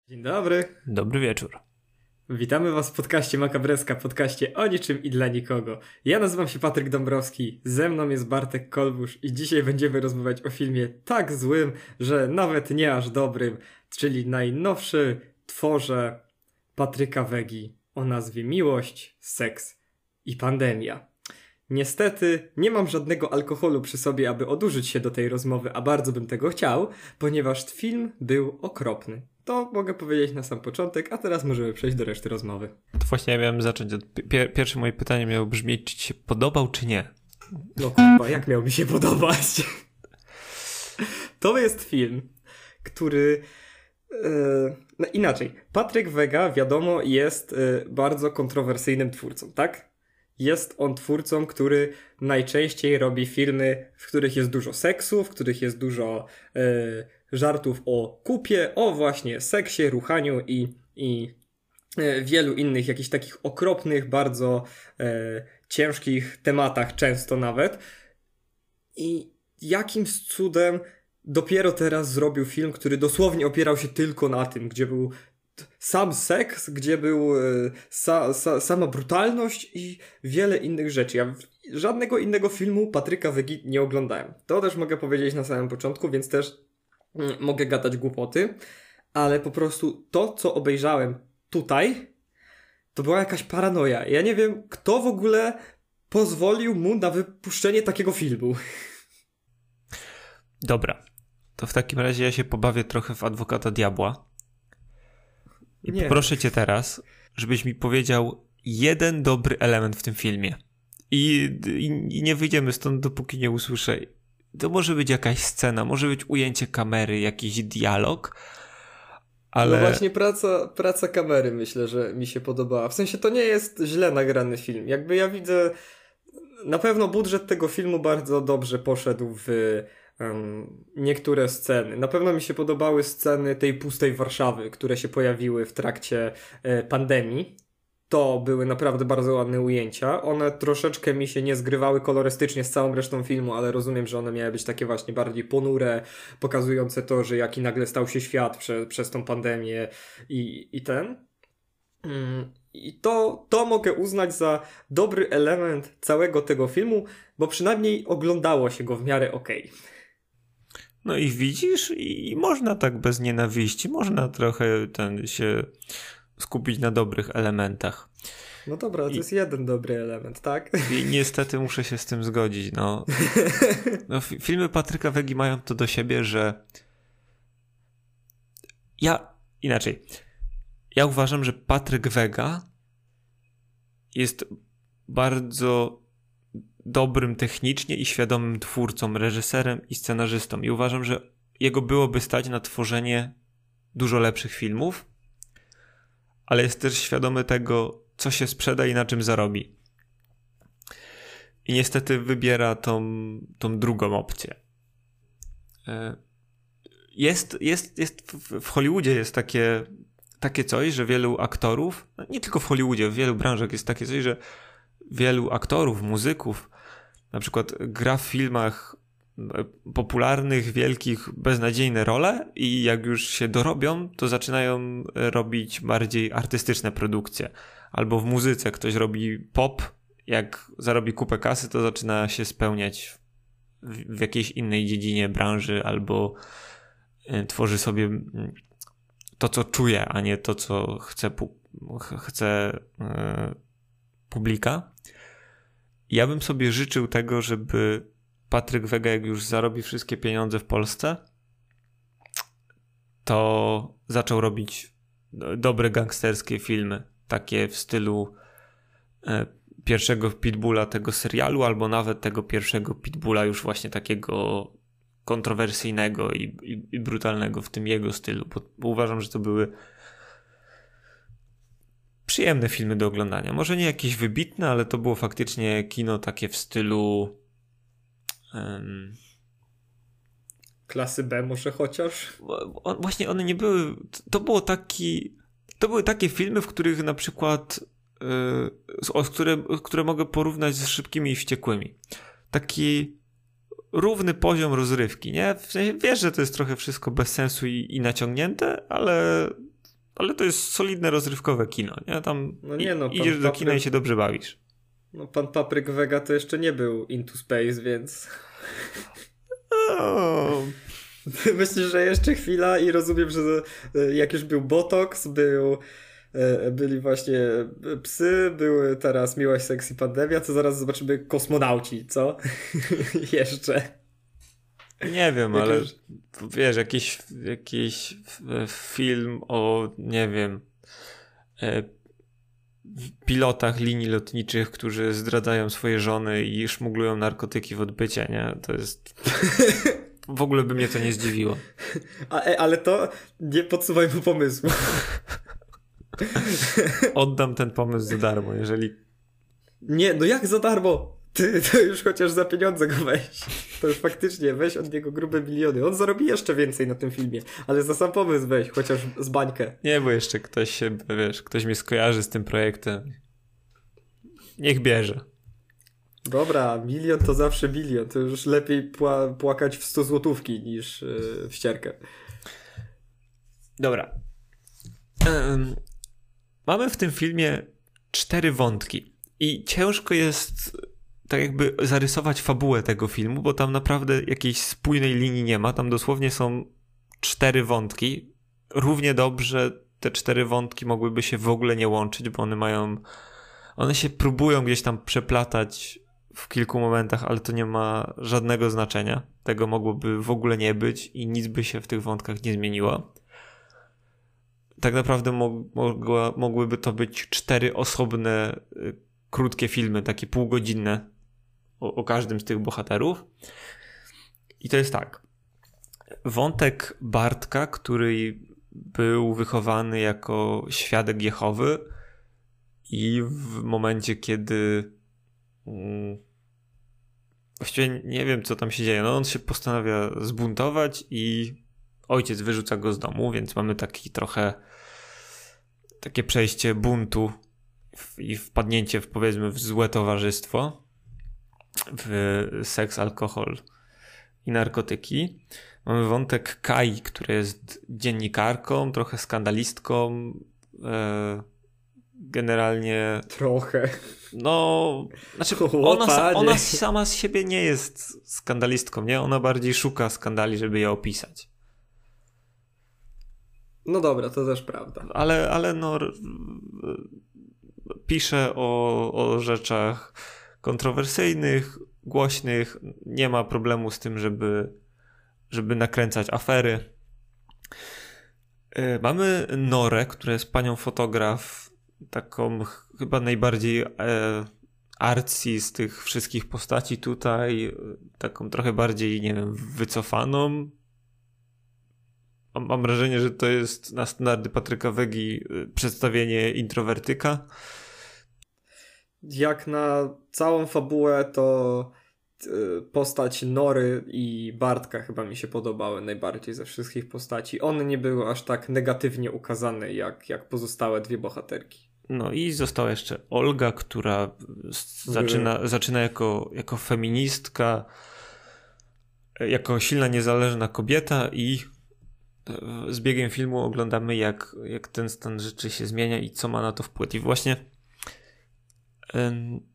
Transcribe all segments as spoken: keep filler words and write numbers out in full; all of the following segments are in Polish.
Dzień dobry. Dobry wieczór. Witamy was w podcaście Makabreska, podcaście o niczym i dla nikogo. Ja nazywam się Patryk Dąbrowski, ze mną jest Bartek Kolbusz i dzisiaj będziemy rozmawiać o filmie tak złym, że nawet nie aż dobrym, czyli najnowszy tworze Patryka Wegi o nazwie Miłość, Seks i Pandemia. Niestety nie mam żadnego alkoholu przy sobie, aby odurzyć się do tej rozmowy, a bardzo bym tego chciał, ponieważ film był okropny. To mogę powiedzieć na sam początek, a teraz możemy przejść do reszty rozmowy. To właśnie ja miałem zacząć od... Pier- pierwsze moje pytanie miało brzmieć, czy ci się podobał, czy nie? No kurwa, jak miał mi się podobać? To jest film, który... Yy, no inaczej. Patryk Wega, wiadomo, jest yy, bardzo kontrowersyjnym twórcą, tak? Jest on twórcą, który najczęściej robi filmy, w których jest dużo seksu, w których jest dużo yy, żartów o kupie, o właśnie seksie, ruchaniu i, i yy, wielu innych jakichś takich okropnych, bardzo yy, ciężkich tematach często nawet. I jakimś cudem dopiero teraz zrobił film, który dosłownie opierał się tylko na tym, gdzie był sam seks, gdzie był e, sa, sa, sama brutalność i wiele innych rzeczy. Ja żadnego innego filmu Patryka Wegi nie oglądałem. To też mogę powiedzieć na samym początku, więc też mm, mogę gadać głupoty, ale po prostu to, co obejrzałem tutaj, to była jakaś paranoja. Ja nie wiem, kto w ogóle pozwolił mu na wypuszczenie takiego filmu. Dobra, to w takim razie ja się pobawię trochę w adwokata diabła. I nie. Poproszę cię teraz, żebyś mi powiedział jeden dobry element w tym filmie. I, i, I nie wyjdziemy stąd, dopóki nie usłyszę. To może być jakaś scena, może być ujęcie kamery, jakiś dialog, ale... No właśnie praca, praca kamery myślę, że mi się podobała. W sensie to nie jest źle nagrany film. Jakby ja widzę... Na pewno budżet tego filmu bardzo dobrze poszedł w... Um, niektóre sceny. Na pewno mi się podobały sceny tej pustej Warszawy, które się pojawiły w trakcie e, pandemii. To były naprawdę bardzo ładne ujęcia. One troszeczkę mi się nie zgrywały kolorystycznie z całą resztą filmu, ale rozumiem, że one miały być takie właśnie bardziej ponure, pokazujące to, że jaki nagle stał się świat prze, przez tą pandemię i, i ten. Mm, I to, to mogę uznać za dobry element całego tego filmu, bo przynajmniej oglądało się go w miarę okej. No i widzisz, i można tak bez nienawiści, można trochę ten się skupić na dobrych elementach. No dobra, to I, jest jeden dobry element, tak? I niestety muszę się z tym zgodzić, no. no filmy Patryka Wegi mają to do siebie, że ja, inaczej, ja uważam, że Patryk Wega jest bardzo dobrym technicznie i świadomym twórcą, reżyserem i scenarzystą. I uważam, że jego byłoby stać na tworzenie dużo lepszych filmów, ale jest też świadomy tego, co się sprzeda i na czym zarobi. I niestety wybiera tą, tą drugą opcję. Jest, jest, jest w Hollywoodzie jest takie, takie coś, że wielu aktorów, nie tylko w Hollywoodzie, w wielu branżach jest takie coś, że wielu aktorów, muzyków na przykład gra w filmach popularnych, wielkich, beznadziejne role i jak już się dorobią, to zaczynają robić bardziej artystyczne produkcje. Albo w muzyce ktoś robi pop, jak zarobi kupę kasy, to zaczyna się spełniać w, w jakiejś innej dziedzinie branży albo tworzy sobie to, co czuje, a nie to, co chce, pu- chce yy, publika. Ja bym sobie życzył tego, żeby Patryk Wega, jak już zarobi wszystkie pieniądze w Polsce, to zaczął robić dobre gangsterskie filmy, takie w stylu e, pierwszego Pitbulla tego serialu, albo nawet tego pierwszego Pitbulla już właśnie takiego kontrowersyjnego i, i, i brutalnego w tym jego stylu, bo, bo uważam, że to były przyjemne filmy do oglądania. Może nie jakieś wybitne, ale to było faktycznie kino takie w stylu um... klasy B może chociaż? O, właśnie one nie były... To było taki... To były takie filmy, w których na przykład yy, o, które, które mogę porównać z Szybkimi i Wściekłymi. Taki równy poziom rozrywki, nie? W sensie wiesz, że to jest trochę wszystko bez sensu i, i naciągnięte, ale ale to jest solidne, rozrywkowe kino, nie? Tam no nie, no, idziesz do Papryk... kina i się dobrze bawisz. No pan Papryk Vega to jeszcze nie był Into Space, więc... Oh. Myślę, że jeszcze chwila i rozumiem, że jak już był Botox, był, byli właśnie psy, były teraz Miłość, Seks i Pandemia, to zaraz zobaczymy Kosmonauci, co? Jeszcze. Nie wiem, jak ale już... wiesz, jakiś, jakiś film o, nie wiem, pilotach linii lotniczych, którzy zdradzają swoje żony i szmuglują narkotyki w odbycie, nie? To jest... W ogóle by mnie to nie zdziwiło. A, ale to nie podsuwaj mu pomysłu. Oddam ten pomysł za darmo, jeżeli... Nie, no jak za darmo? Ty to już chociaż za pieniądze go weź. To już faktycznie weź od niego grube miliony. On zarobi jeszcze więcej na tym filmie, ale za sam pomysł weź, chociaż z bańkę. Nie, bo jeszcze ktoś się, wiesz, ktoś mnie skojarzy z tym projektem. Niech bierze. Dobra, milion to zawsze milion. To już lepiej pła- płakać w sto złotówki niż yy, w ścierkę. Dobra. Um, mamy w tym filmie cztery wątki i ciężko jest tak jakby zarysować fabułę tego filmu, bo tam naprawdę jakiejś spójnej linii nie ma. Tam dosłownie są cztery wątki. Równie dobrze te cztery wątki mogłyby się w ogóle nie łączyć, bo one mają... One się próbują gdzieś tam przeplatać w kilku momentach, ale to nie ma żadnego znaczenia. Tego mogłoby w ogóle nie być i nic by się w tych wątkach nie zmieniło. Tak naprawdę mog- mogła, mogłyby to być cztery osobne, y, krótkie filmy, takie półgodzinne o, o każdym z tych bohaterów. I to jest tak. Wątek Bartka, który był wychowany jako świadek Jehowy i w momencie, kiedy um, właściwie nie wiem, co tam się dzieje. No on się postanawia zbuntować i ojciec wyrzuca go z domu, więc mamy taki trochę takie przejście buntu i wpadnięcie w, powiedzmy, w złe towarzystwo, w seks, alkohol i narkotyki. Mamy wątek Kai, która jest dziennikarką, trochę skandalistką, e, generalnie... Trochę. No, znaczy ona, ona sama z siebie nie jest skandalistką, nie? Ona bardziej szuka skandali, żeby je opisać. No dobra, to też prawda. Ale, ale no pisze o, o rzeczach kontrowersyjnych, głośnych, nie ma problemu z tym, żeby, żeby nakręcać afery. Mamy Norę, która jest panią fotograf, taką chyba najbardziej e, artsy z tych wszystkich postaci tutaj, taką trochę bardziej, nie wiem, wycofaną. Mam, mam wrażenie, że to jest na standardy Patryka Wegi przedstawienie introwertyka. Jak na całą fabułę, to postać Nory i Bartka chyba mi się podobały najbardziej ze wszystkich postaci. One nie były aż tak negatywnie ukazane jak, jak pozostałe dwie bohaterki. No i została jeszcze Olga, która zaczyna, zaczyna jako, jako feministka, jako silna, niezależna kobieta i z biegiem filmu oglądamy, jak, jak ten stan rzeczy się zmienia i co ma na to wpływ. I właśnie um,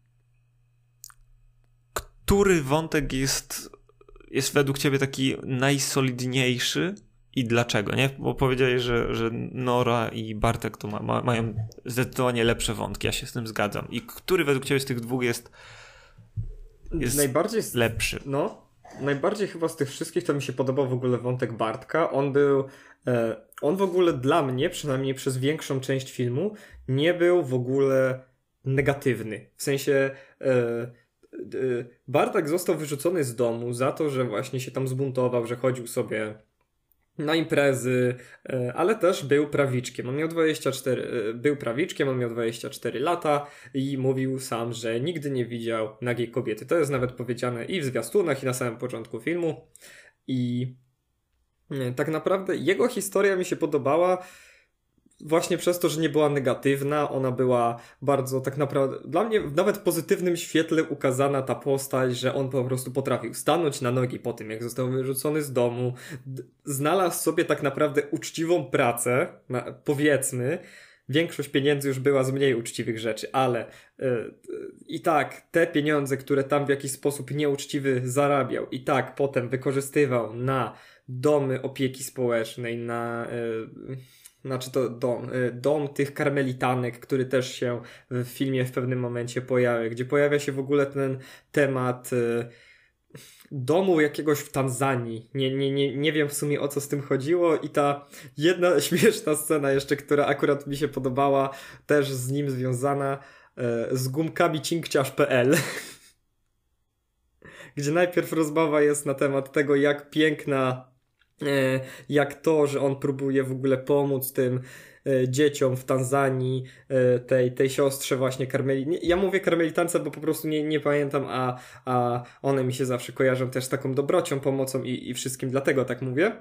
który wątek jest, jest według ciebie taki najsolidniejszy i dlaczego, nie? Bo powiedziałeś, że, że Nora i Bartek to ma, ma, mają zdecydowanie lepsze wątki, ja się z tym zgadzam. I który według ciebie z tych dwóch jest, jest najbardziej lepszy? No, najbardziej chyba z tych wszystkich to mi się podobał w ogóle wątek Bartka. On był, e, on w ogóle dla mnie, przynajmniej przez większą część filmu, nie był w ogóle negatywny. W sensie e, Bartek został wyrzucony z domu za to, że właśnie się tam zbuntował, że chodził sobie na imprezy, ale też był prawiczkiem. On miał dwadzieścia cztery, był prawiczkiem, on miał dwadzieścia cztery lata i mówił sam, że nigdy nie widział nagiej kobiety. To jest nawet powiedziane i w zwiastunach, i na samym początku filmu. I tak naprawdę jego historia mi się podobała właśnie przez to, że nie była negatywna, ona była bardzo tak naprawdę, dla mnie nawet w pozytywnym świetle ukazana ta postać, że on po prostu potrafił stanąć na nogi po tym, jak został wyrzucony z domu, d- znalazł sobie tak naprawdę uczciwą pracę, na, powiedzmy. Większość pieniędzy już była z mniej uczciwych rzeczy, ale yy, yy, i tak te pieniądze, które tam w jakiś sposób nieuczciwy zarabiał, i tak potem wykorzystywał na domy opieki społecznej, na yy, znaczy to dom, yy, dom tych karmelitanek, który też się w filmie w pewnym momencie pojawia, gdzie pojawia się w ogóle ten temat yy, domu jakiegoś w Tanzanii. Nie, nie, nie, nie wiem w sumie o co z tym chodziło i ta jedna śmieszna scena jeszcze, która akurat mi się podobała, też z nim związana, e, z gumkami cinkciarz kropka pe el gdzie najpierw rozmowa jest na temat tego, jak piękna, e, jak to, że on próbuje w ogóle pomóc tym dzieciom w Tanzanii, tej, tej siostrze właśnie Karmeli. Ja mówię karmelitance, bo po prostu nie, nie pamiętam, a, a one mi się zawsze kojarzą też z taką dobrocią, pomocą i, i wszystkim, dlatego tak mówię.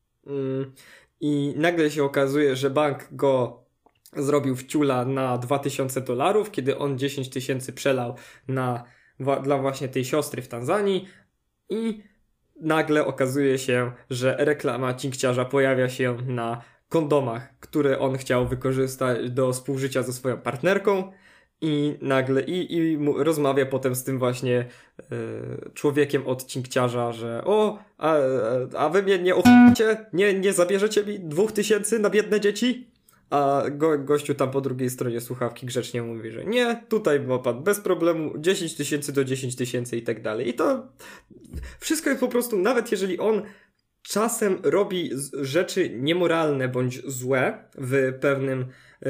I nagle się okazuje, że bank go zrobił wciula na dwa tysiące dolarów, kiedy on dziesięć tysięcy przelał na, dla właśnie tej siostry w Tanzanii i nagle okazuje się, że reklama cinkciarza pojawia się na kondomach, które on chciał wykorzystać do współżycia ze swoją partnerką i nagle i, i mu, rozmawia potem z tym właśnie y, człowiekiem od cinkciarza, że o, a, a wy mnie nie ochujecie? Nie, nie zabierzecie mi dwóch tysięcy na biedne dzieci? A go, gościu tam po drugiej stronie słuchawki grzecznie mówi, że nie, tutaj ma pan bez problemu dziesięć tysięcy do dziesięć tysięcy i tak dalej. I to wszystko jest po prostu, nawet jeżeli on czasem robi rzeczy niemoralne bądź złe w pewnym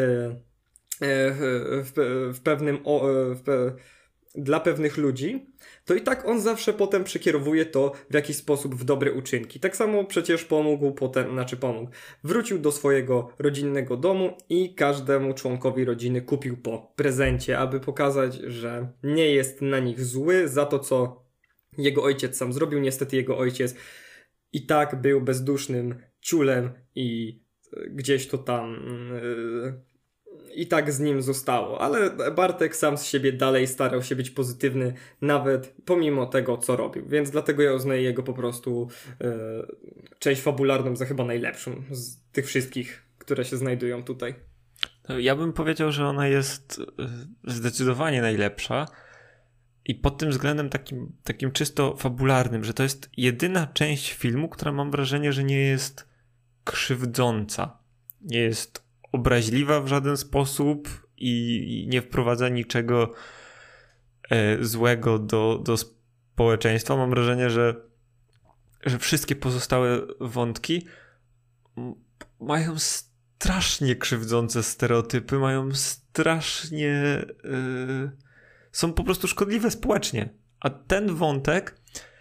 w, w pewnym w pe, dla pewnych ludzi, to i tak on zawsze potem przekierowuje to w jakiś sposób w dobre uczynki. Tak samo przecież pomógł potem, znaczy pomógł, wrócił do swojego rodzinnego domu i każdemu członkowi rodziny kupił po prezencie, aby pokazać, że nie jest na nich zły za to, co jego ojciec sam zrobił. Niestety jego ojciec i tak był bezdusznym ciulem i gdzieś to tam yy, i tak z nim zostało. Ale Bartek sam z siebie dalej starał się być pozytywny, nawet pomimo tego, co robił. Więc dlatego ja uznaję jego po prostu yy, część fabularną za chyba najlepszą z tych wszystkich, które się znajdują tutaj. Ja bym powiedział, że ona jest zdecydowanie najlepsza. I pod tym względem takim, takim czysto fabularnym, że to jest jedyna część filmu, która mam wrażenie, że nie jest krzywdząca. Nie jest obraźliwa w żaden sposób i, i nie wprowadza niczego e, złego do, do społeczeństwa. Mam wrażenie, że, że wszystkie pozostałe wątki mają strasznie krzywdzące stereotypy, mają strasznie... E, są po prostu szkodliwe społecznie. A ten wątek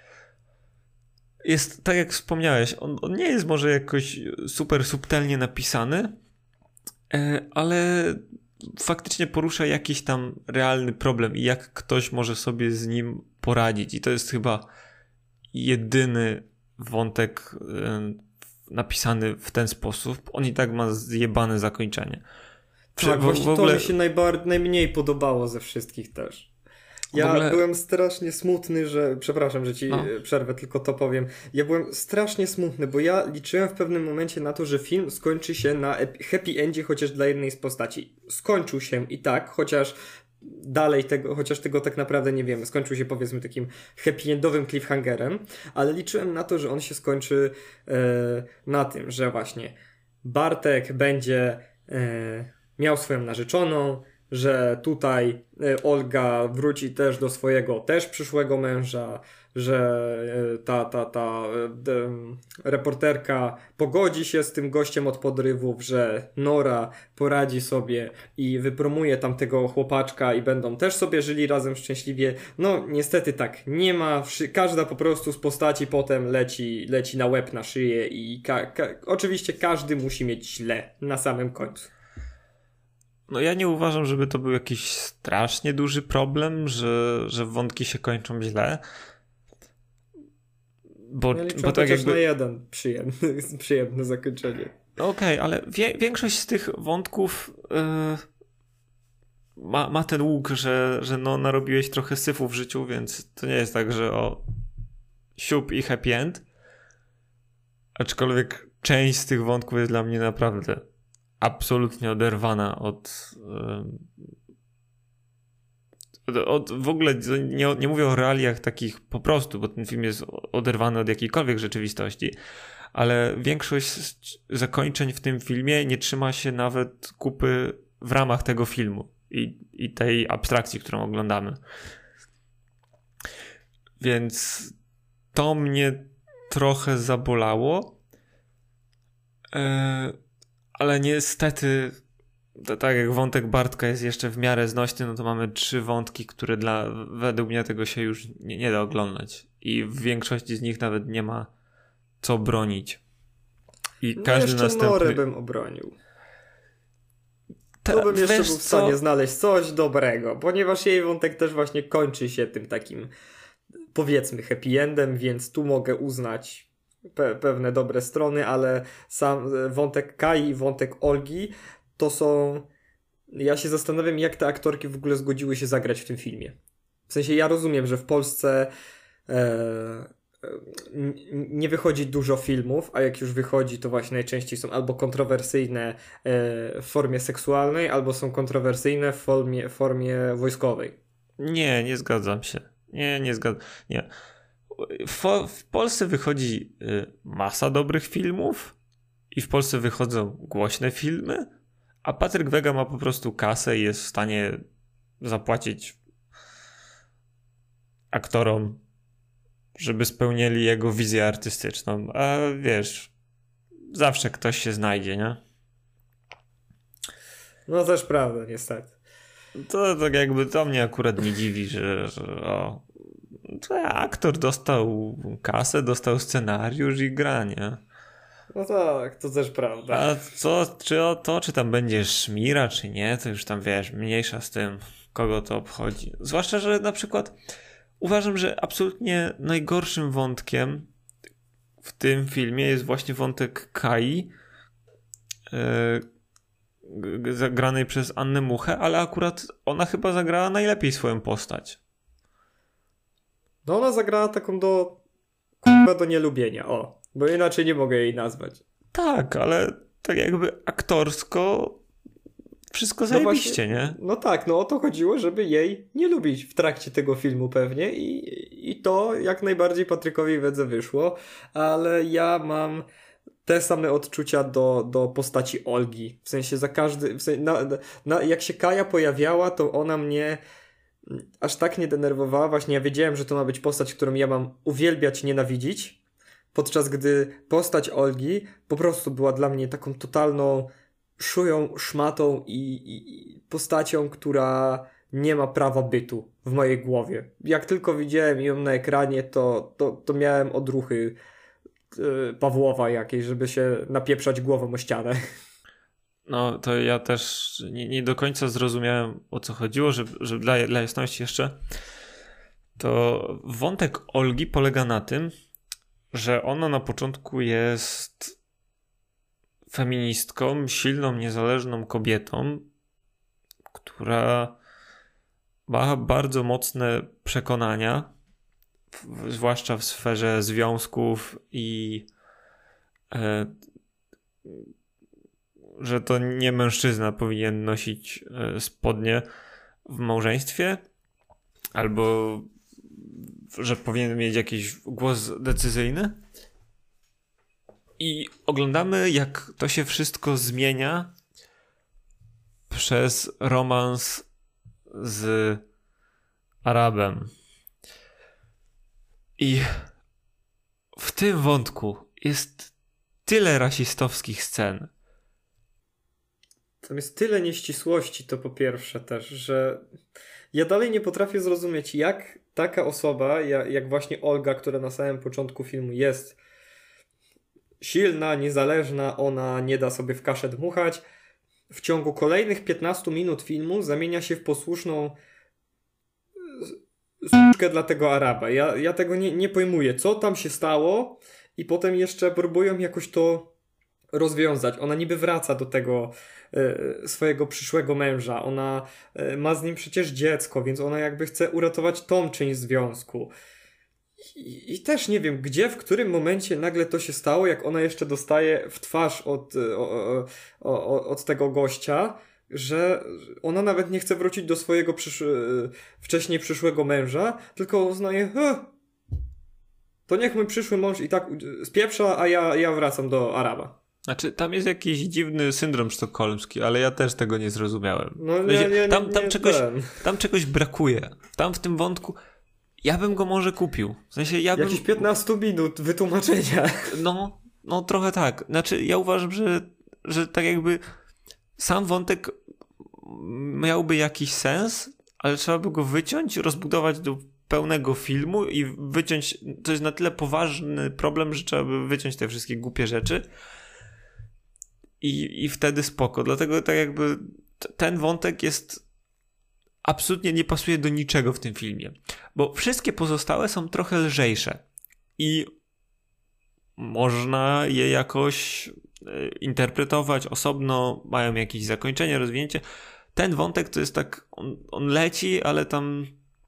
jest, tak jak wspomniałeś, on, on nie jest może jakoś super subtelnie napisany, ale faktycznie porusza jakiś tam realny problem i jak ktoś może sobie z nim poradzić. I to jest chyba jedyny wątek napisany w ten sposób. On i tak ma zjebane zakończenie. Tak, w, właśnie w ogóle... to mi się najbar- najmniej podobało ze wszystkich też. Ja ogóle... byłem strasznie smutny, że... Przepraszam, że ci no. przerwę, tylko to powiem. Ja byłem strasznie smutny, bo ja liczyłem w pewnym momencie na to, że film skończy się na happy endzie chociaż dla jednej z postaci. Skończył się i tak, chociaż dalej tego, chociaż tego tak naprawdę nie wiemy. Skończył się powiedzmy takim happy endowym cliffhangerem, ale liczyłem na to, że on się skończy e, na tym, że właśnie Bartek będzie... E, miał swoją narzeczoną, że tutaj Olga wróci też do swojego też przyszłego męża, że ta, ta, ta de, reporterka pogodzi się z tym gościem od podrywów, że Nora poradzi sobie i wypromuje tamtego chłopaczka i będą też sobie żyli razem szczęśliwie. No niestety tak nie ma. Każda po prostu z postaci potem leci, leci na łeb, na szyję i ka- ka- oczywiście każdy musi mieć źle na samym końcu. No ja nie uważam, żeby to był jakiś strasznie duży problem, że, że wątki się kończą źle. Bo, ja liczę bo tak chociaż jakby... na jeden przyjemny, przyjemne zakończenie. Okej, okay, ale wie, większość z tych wątków yy, ma, ma ten łuk, że, że no, narobiłeś trochę syfu w życiu, więc to nie jest tak, że o siup i happy end. Aczkolwiek część z tych wątków jest dla mnie naprawdę absolutnie oderwana od... Yy, od w ogóle nie, nie mówię o realiach takich po prostu, bo ten film jest oderwany od jakiejkolwiek rzeczywistości, ale większość zakończeń w tym filmie nie trzyma się nawet kupy w ramach tego filmu i, i tej abstrakcji, którą oglądamy. Więc to mnie trochę zabolało, yy, ale niestety to, tak jak wątek Bartka jest jeszcze w miarę znośny, no to mamy trzy wątki, które dla, według mnie tego się już nie, nie da oglądać i w większości z nich nawet nie ma co bronić. I no każdy jeszcze następny... Norę bym obronił. Ta, to bym jeszcze był w stanie co? znaleźć coś dobrego, ponieważ jej wątek też właśnie kończy się tym takim, powiedzmy, happy endem, więc tu mogę uznać pe- pewne dobre strony, ale sam wątek Kai i wątek Olgi to są... Ja się zastanawiam, jak te aktorki w ogóle zgodziły się zagrać w tym filmie. W sensie ja rozumiem, że w Polsce e, nie wychodzi dużo filmów, a jak już wychodzi, to właśnie najczęściej są albo kontrowersyjne w formie seksualnej, albo są kontrowersyjne w formie, w formie wojskowej. Nie, nie zgadzam się. Nie, nie zgadzam. Nie. W, w Polsce wychodzi y, masa dobrych filmów i w Polsce wychodzą głośne filmy, a Patryk Wega ma po prostu kasę i jest w stanie zapłacić aktorom, żeby spełnili jego wizję artystyczną. A wiesz, zawsze ktoś się znajdzie, nie? No też prawda, niestety. To tak jakby to mnie akurat nie dziwi, że, że o, to aktor dostał kasę, dostał scenariusz i gra, nie? No tak, to też prawda. A co, czy o to, czy tam będzie szmira, czy nie, to już tam wiesz, mniejsza z tym, kogo to obchodzi. Zwłaszcza, że na przykład uważam, że absolutnie najgorszym wątkiem w tym filmie jest właśnie wątek Kai, yy, zagranej przez Annę Muchę, ale akurat ona chyba zagrała najlepiej swoją postać. No ona zagrała taką do k***a do nielubienia, o, bo inaczej nie mogę jej nazwać. Tak, ale tak jakby aktorsko wszystko zajebiście, no właśnie, nie? No tak, no o to chodziło, żeby jej nie lubić w trakcie tego filmu pewnie i, i to jak najbardziej Patrykowi Wedze wyszło, ale ja mam te same odczucia do, do postaci Olgi, w sensie za każdy, w sensie na, na, jak się Kaja pojawiała, to ona mnie aż tak nie denerwowała, właśnie ja wiedziałem, że to ma być postać, którą ja mam uwielbiać, nienawidzić, podczas gdy postać Olgi po prostu była dla mnie taką totalną szują szmatą i, i postacią, która nie ma prawa bytu w mojej głowie. Jak tylko widziałem ją na ekranie, to, to, to miałem odruchy yy, Pawłowa jakiejś, żeby się napieprzać głową o ścianę. No to ja też nie, nie do końca zrozumiałem, o co chodziło, że, że dla, dla jasności jeszcze, to wątek Olgi polega na tym, że ona na początku jest feministką, silną, niezależną kobietą, która ma bardzo mocne przekonania, w, zwłaszcza w sferze związków i e, że to nie mężczyzna powinien nosić e, spodnie w małżeństwie, albo że powinien mieć jakiś głos decyzyjny. I oglądamy, jak to się wszystko zmienia przez romans z Arabem. I w tym wątku jest tyle rasistowskich scen. Tam jest tyle nieścisłości, to po pierwsze też, że ja dalej nie potrafię zrozumieć, jak taka osoba, jak właśnie Olga, która na samym początku filmu jest silna, niezależna, ona nie da sobie w kaszę dmuchać, w ciągu kolejnych piętnastu minut filmu zamienia się w posłuszną s***kę dla tego Araba. Ja, ja tego nie, nie pojmuję, co tam się stało i potem jeszcze próbują jakoś to rozwiązać. Ona niby wraca do tego y, swojego przyszłego męża. Ona y, ma z nim przecież dziecko, więc ona jakby chce uratować tą część związku. I, I też nie wiem, gdzie, w którym momencie nagle to się stało, jak ona jeszcze dostaje w twarz od, o, o, o, od tego gościa, że ona nawet nie chce wrócić do swojego przysz... wcześniej przyszłego męża, tylko uznaje, to niech mój przyszły mąż i tak spieprza, a ja, ja wracam do Araba. Znaczy, tam jest jakiś dziwny syndrom sztokholmski, ale ja też tego nie zrozumiałem. No, nie, nie, tam, tam, nie czegoś, ten. tam czegoś brakuje. Tam w tym wątku ja bym go może kupił. W sensie ja bym... Jakieś piętnaście minut wytłumaczenia. No, no trochę tak. Znaczy, ja uważam, że, że tak jakby sam wątek miałby jakiś sens, ale trzeba by go wyciąć, rozbudować do pełnego filmu i wyciąć, to jest na tyle poważny problem, że trzeba by wyciąć te wszystkie głupie rzeczy i, i wtedy spoko. Dlatego tak jakby t- ten wątek jest absolutnie nie pasuje do niczego w tym filmie, bo wszystkie pozostałe są trochę lżejsze i można je jakoś interpretować osobno, mają jakieś zakończenie, rozwinięcie. Ten wątek to jest tak, on, on leci, ale tam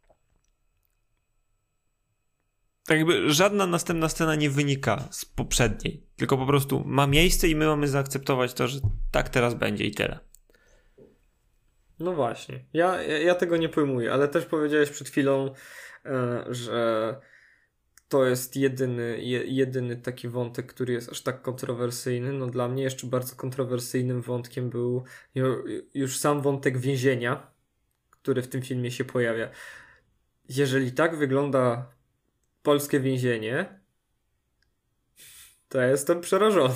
tak jakby żadna następna scena nie wynika z poprzedniej, tylko po prostu ma miejsce i my mamy zaakceptować to, że tak teraz będzie i tyle. No właśnie. Ja, ja, ja tego nie pojmuję, ale też powiedziałeś przed chwilą, e, że to jest jedyny, je, jedyny taki wątek, który jest aż tak kontrowersyjny. No dla mnie jeszcze bardzo kontrowersyjnym wątkiem był ju, już sam wątek więzienia, który w tym filmie się pojawia. Jeżeli tak wygląda polskie więzienie, to ja jestem przerażony.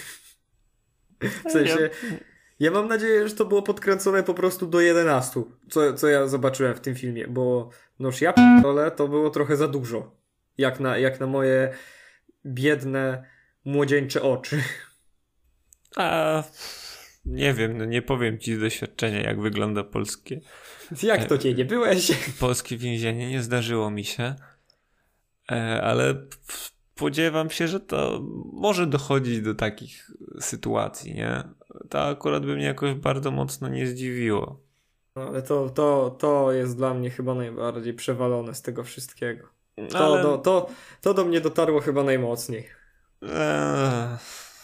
W sensie, ja mam nadzieję, że to było podkręcone po prostu do jedenastu, co, co ja zobaczyłem w tym filmie, bo noż ja p***ole, to było trochę za dużo. Jak na, jak na moje biedne, młodzieńcze oczy. A nie wiem, no nie powiem ci z doświadczenia, jak wygląda polskie. Jak to cię nie byłeś? Polskie więzienie, nie zdarzyło mi się, ale spodziewam się, że to może dochodzić do takich sytuacji, nie? To akurat by mnie jakoś bardzo mocno nie zdziwiło. No, ale to, to, to jest dla mnie chyba najbardziej przewalone z tego wszystkiego. To, ale... do, to, to do mnie dotarło chyba najmocniej. Eee...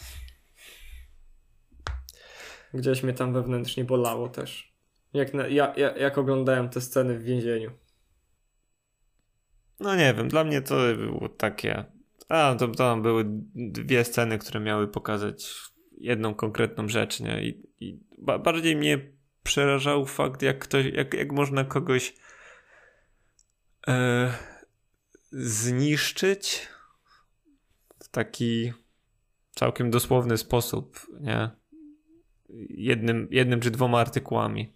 Gdzieś mnie tam wewnętrznie bolało też. Jak, na, ja, ja, jak oglądałem te sceny w więzieniu. No nie wiem, dla mnie to było takie... A, to tam były dwie sceny, które miały pokazać jedną konkretną rzecz, nie? I, i ba- bardziej mnie przerażał fakt, jak ktoś, jak, jak można kogoś e, zniszczyć w taki całkiem dosłowny sposób, nie? Jednym, jednym czy dwoma artykułami.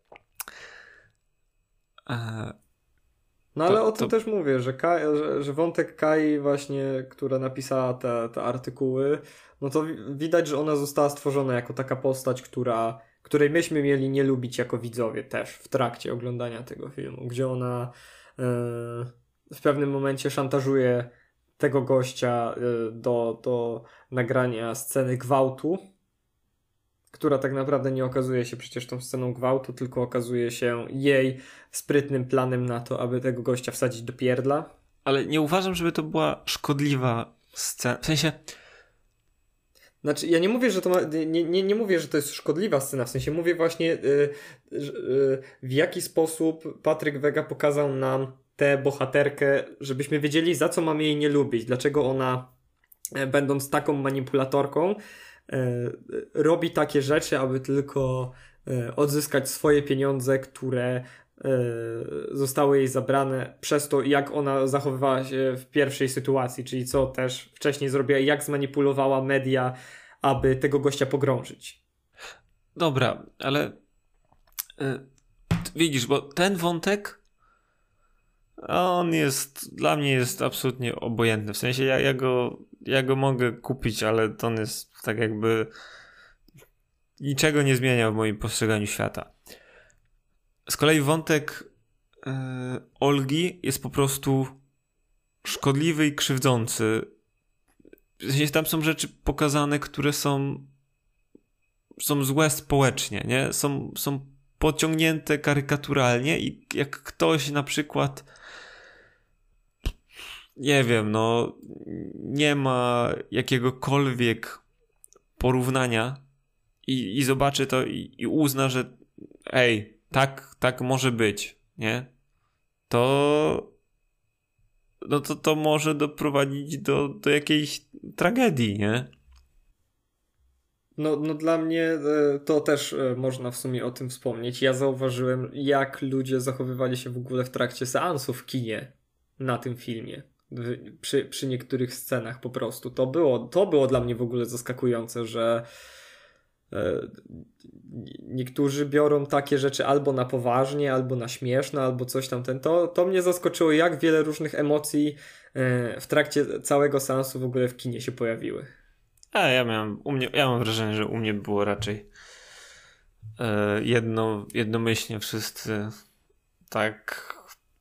E, No ale to, o tym to... też mówię, że, Kai, że, że wątek Kai właśnie, która napisała te, te artykuły, no to widać, że ona została stworzona jako taka postać, która, której myśmy mieli nie lubić jako widzowie też w trakcie oglądania tego filmu, gdzie ona yy, w pewnym momencie szantażuje tego gościa yy, do, do nagrania sceny gwałtu, która tak naprawdę nie okazuje się przecież tą sceną gwałtu, tylko okazuje się jej sprytnym planem na to, aby tego gościa wsadzić do pierdla. Ale nie uważam, żeby to była szkodliwa scena. W sensie... Znaczy, ja nie mówię, że to ma, nie, nie, nie mówię, że to jest szkodliwa scena, w sensie mówię właśnie yy, yy, w jaki sposób Patryk Wega pokazał nam tę bohaterkę, żebyśmy wiedzieli, za co mamy jej nie lubić, dlaczego ona, yy, będąc taką manipulatorką, robi takie rzeczy, aby tylko odzyskać swoje pieniądze, które zostały jej zabrane przez to, jak ona zachowywała się w pierwszej sytuacji, czyli co też wcześniej zrobiła, jak zmanipulowała media, aby tego gościa pogrążyć. Dobra, ale yy, widzisz, bo ten wątek on jest, dla mnie jest absolutnie obojętny, w sensie ja, ja go ja go mogę kupić, ale to on jest tak jakby niczego nie zmienia w moim postrzeganiu świata. Z kolei wątek yy, Olgi jest po prostu szkodliwy i krzywdzący w sensie tam są rzeczy pokazane, które są są złe społecznie, nie? Są, są pociągnięte karykaturalnie i jak ktoś na przykład nie wiem, no nie ma jakiegokolwiek porównania i, i zobaczy to i, i uzna, że ej, tak, tak może być, nie? To no to, to może doprowadzić do, do jakiejś tragedii, nie? No, no dla mnie to też można w sumie o tym wspomnieć. Ja zauważyłem, jak ludzie zachowywali się w ogóle w trakcie seansu w kinie na tym filmie. Przy, przy niektórych scenach po prostu. To było, to było dla mnie w ogóle zaskakujące, że niektórzy biorą takie rzeczy albo na poważnie, albo na śmieszne, albo coś tamten. To, to mnie zaskoczyło, jak wiele różnych emocji w trakcie całego seansu w ogóle w kinie się pojawiły. A ja miałem, u mnie, ja mam wrażenie, że u mnie było raczej e, jedno, jednomyślnie wszyscy tak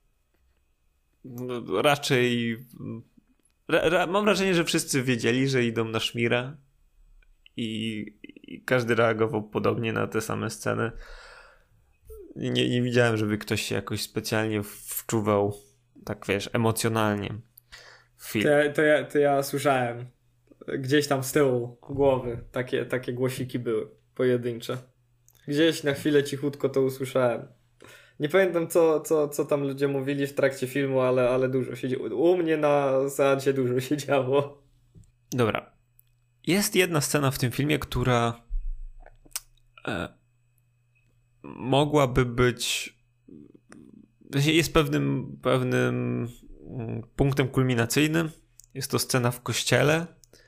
no, raczej ra, ra, mam wrażenie, że wszyscy wiedzieli, że idą na szmirę i, i każdy reagował podobnie na te same sceny. Nie, nie widziałem, żeby ktoś się jakoś specjalnie wczuwał tak, wiesz, emocjonalnie w film. To ja, to ja, to ja słyszałem gdzieś tam z tyłu głowy takie, takie głosiki były pojedyncze. Gdzieś na chwilę cichutko to usłyszałem. Nie pamiętam co, co, co tam ludzie mówili w trakcie filmu, ale, ale dużo się działo. U mnie na seansie dużo się działo. Dobra. Jest jedna scena w tym filmie, która e, mogłaby być jest pewnym, pewnym punktem kulminacyjnym. Jest to scena w kościele.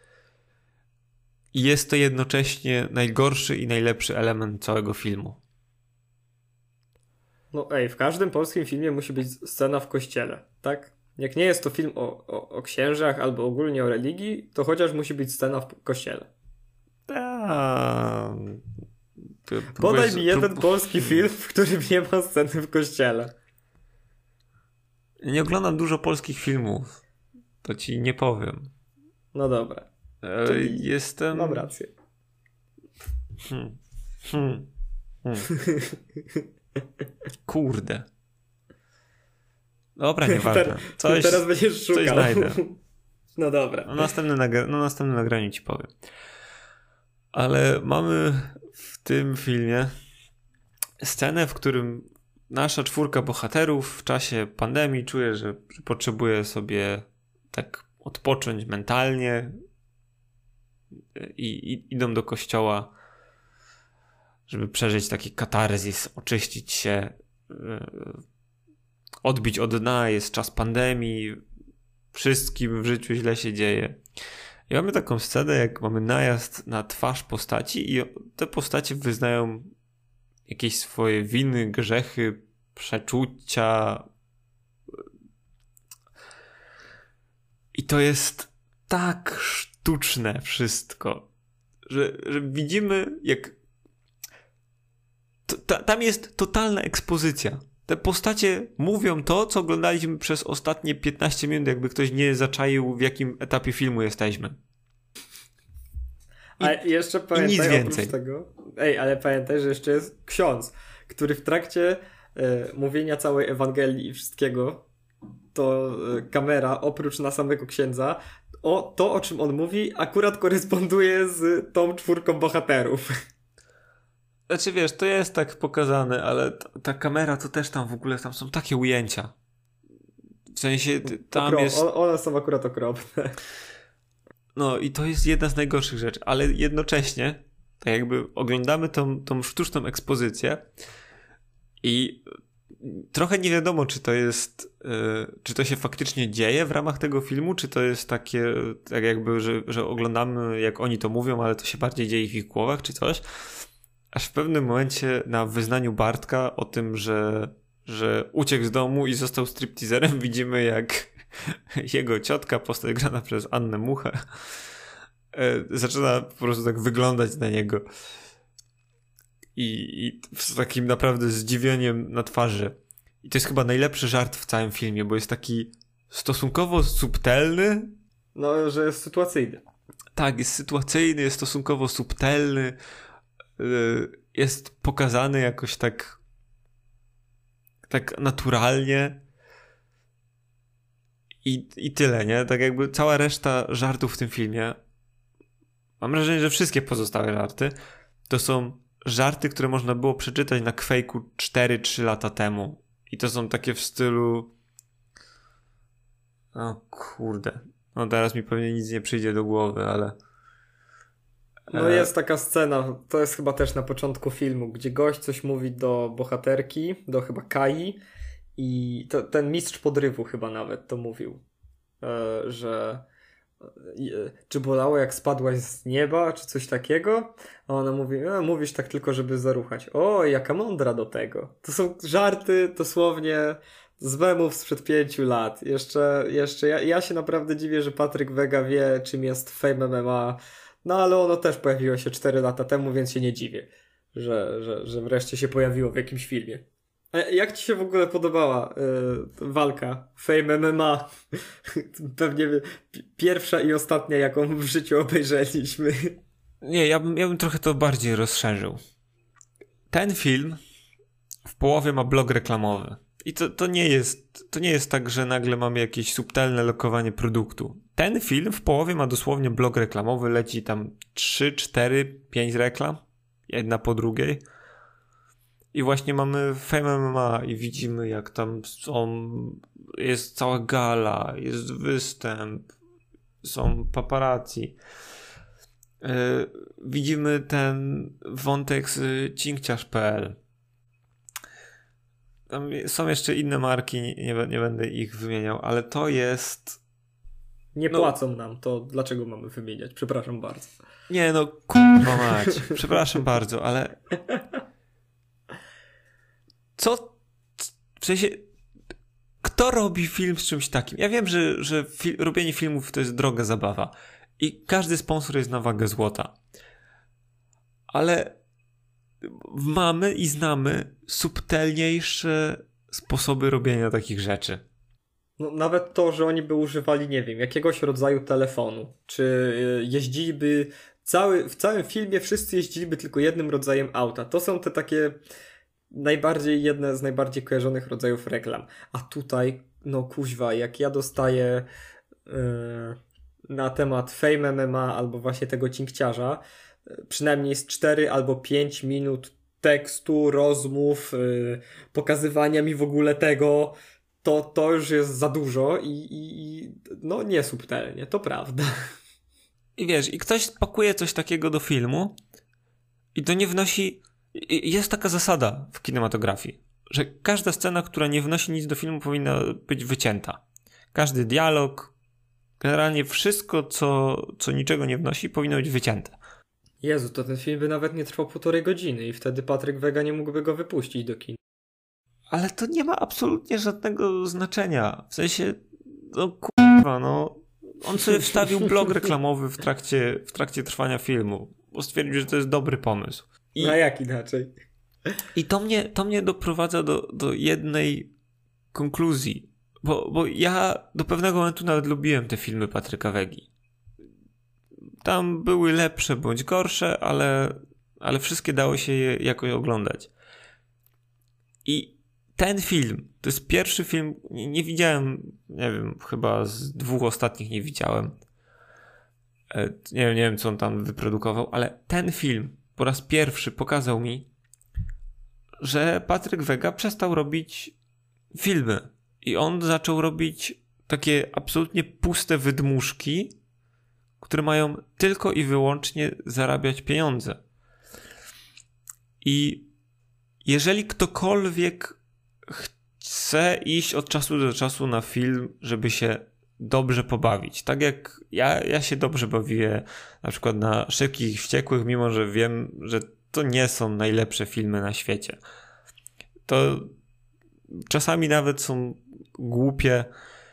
I jest to jednocześnie najgorszy i najlepszy element całego filmu. No ej, w każdym polskim filmie musi być scena w kościele, tak? Jak nie jest to film o, o, o księżach albo ogólnie o religii, to chociaż musi być scena w kościele. Ta... Podaj mi jeden polski film, w którym nie ma sceny w kościele. Nie oglądam dużo polskich filmów. To ci nie powiem. No dobra. Czyli jestem... Mam rację. Hmm. Hmm. Hmm. Kurde. Dobra, nieważne. Coś, teraz będziesz szukał. Coś znajdę. No dobra. Na następnym, nagra- na następnym nagraniu ci powiem. Ale mamy w tym filmie scenę, w którym nasza czwórka bohaterów w czasie pandemii czuje, że, że potrzebuje sobie tak odpocząć mentalnie i, i idą do kościoła, żeby przeżyć taki katarzis, oczyścić się, odbić od dna, jest czas pandemii, wszystkim w życiu źle się dzieje. I mamy taką scenę, jak mamy najazd na twarz postaci i te postacie wyznają jakieś swoje winy, grzechy, przeczucia. I to jest tak sztuczne wszystko, że, że widzimy, jak to, ta, tam jest totalna ekspozycja. Te postacie mówią to, co oglądaliśmy przez ostatnie piętnaście minut, jakby ktoś nie zaczaił, w jakim etapie filmu jesteśmy. I, A jeszcze pamiętaj, i nic więcej. Oprócz tego, ej, ale pamiętaj, że jeszcze jest ksiądz, który w trakcie e, mówienia całej Ewangelii i wszystkiego, to e, kamera, oprócz na samego księdza, o, to, o czym on mówi, akurat koresponduje z tą czwórką bohaterów. Znaczy wiesz, to jest tak pokazane, ale ta, ta kamera to też tam w ogóle, tam są takie ujęcia. W sensie tam Okro- jest... One są akurat okropne. No i to jest jedna z najgorszych rzeczy, ale jednocześnie tak jakby oglądamy tą, tą sztuczną ekspozycję i trochę nie wiadomo, czy to jest, yy, czy to się faktycznie dzieje w ramach tego filmu, czy to jest takie, tak jakby, że, że oglądamy jak oni to mówią, ale to się bardziej dzieje w ich głowach, czy coś. Aż w pewnym momencie na wyznaniu Bartka o tym, że, że uciekł z domu i został stripteaserem, widzimy jak jego ciotka, postać grana przez Annę Muchę, zaczyna po prostu tak wyglądać na niego i, i z takim naprawdę zdziwieniem na twarzy. I to jest chyba najlepszy żart w całym filmie, bo jest taki stosunkowo subtelny. No, że jest sytuacyjny. Tak, jest sytuacyjny, jest stosunkowo subtelny, jest pokazany jakoś tak tak naturalnie i, i tyle, nie? Tak jakby cała reszta żartów w tym filmie, mam wrażenie, że wszystkie pozostałe żarty to są żarty, które można było przeczytać na Quake'u cztery trzy lata temu i to są takie w stylu o kurde, no teraz mi pewnie nic nie przyjdzie do głowy, ale no jest taka scena, to jest chyba też na początku filmu, gdzie gość coś mówi do bohaterki, do chyba Kai i to, ten mistrz podrywu chyba nawet to mówił, e, że e, czy bolało jak spadłaś z nieba, czy coś takiego, a ona mówi, e, mówisz tak tylko, żeby zaruchać. O, jaka mądra do tego. To są żarty dosłownie z memów sprzed pięciu lat. Jeszcze, jeszcze ja, ja się naprawdę dziwię, że Patryk Wega wie, czym jest Fame M M A. No ale ono też pojawiło się cztery lata temu, więc się nie dziwię, że, że, że wreszcie się pojawiło w jakimś filmie. A jak ci się w ogóle podobała yy, walka Fame M M A? Pewnie p- pierwsza i ostatnia, jaką w życiu obejrzeliśmy. Nie, ja bym, ja bym trochę to bardziej rozszerzył. Ten film w połowie ma blok reklamowy. I to, to, nie jest, to nie jest tak, że nagle mamy jakieś subtelne lokowanie produktu. Ten film w połowie ma dosłownie blok reklamowy, leci tam trzy, cztery, pięć reklam, jedna po drugiej. I właśnie mamy Fame M M A i widzimy, jak tam są, jest cała gala, jest występ, są paparazzi. Yy, widzimy ten wątek z cinkciarz kropka pe el. Tam są jeszcze inne marki, nie, nie będę ich wymieniał, ale to jest... Nie no, płacą nam, to dlaczego mamy wymieniać? Przepraszam bardzo. Nie no, kurwa mać. Przepraszam bardzo, ale... Co? W sensie... Kto robi film z czymś takim? Ja wiem, że, że fi- robienie filmów to jest droga zabawa i każdy sponsor jest na wagę złota. Ale... mamy i znamy subtelniejsze sposoby robienia takich rzeczy. No, nawet to, że oni by używali, nie wiem, jakiegoś rodzaju telefonu, czy jeździliby, cały, w całym filmie wszyscy jeździliby tylko jednym rodzajem auta. To są te takie najbardziej, jedne z najbardziej kojarzonych rodzajów reklam. A tutaj, no kuźwa, jak ja dostaję yy, na temat Fame M M A albo właśnie tego cinkciarza, przynajmniej z cztery albo pięć minut tekstu, rozmów, yy, pokazywania mi w ogóle tego, to, to już jest za dużo i, i, i no nie subtelnie, to prawda. I wiesz, i ktoś pakuje coś takiego do filmu i to nie wnosi... Jest taka zasada w kinematografii, że każda scena, która nie wnosi nic do filmu, powinna być wycięta. Każdy dialog, generalnie wszystko, co, co niczego nie wnosi, powinno być wycięte. Jezu, to ten film by nawet nie trwał półtorej godziny i wtedy Patryk Wega nie mógłby go wypuścić do kin. Ale to nie ma absolutnie żadnego znaczenia. W sensie, no kurwa, no... On sobie wstawił blok reklamowy w trakcie, w trakcie trwania filmu, bo stwierdził, że to jest dobry pomysł. I, no jak inaczej? I to mnie, to mnie doprowadza do, do jednej konkluzji, bo, bo ja do pewnego momentu nawet lubiłem te filmy Patryka Wegi. Tam były lepsze bądź gorsze, ale, ale wszystkie dało się je jakoś oglądać. I ten film, to jest pierwszy film, nie, nie widziałem, nie wiem, chyba z dwóch ostatnich nie widziałem. Nie wiem, nie wiem, co on tam wyprodukował, ale ten film po raz pierwszy pokazał mi, że Patryk Wega przestał robić filmy. I on zaczął robić takie absolutnie puste wydmuszki, które mają tylko i wyłącznie zarabiać pieniądze. I jeżeli ktokolwiek chce iść od czasu do czasu na film, żeby się dobrze pobawić, tak jak ja, ja się dobrze bawię na przykład na Szybkich i Wściekłych, mimo że wiem, że to nie są najlepsze filmy na świecie. To czasami nawet są głupie.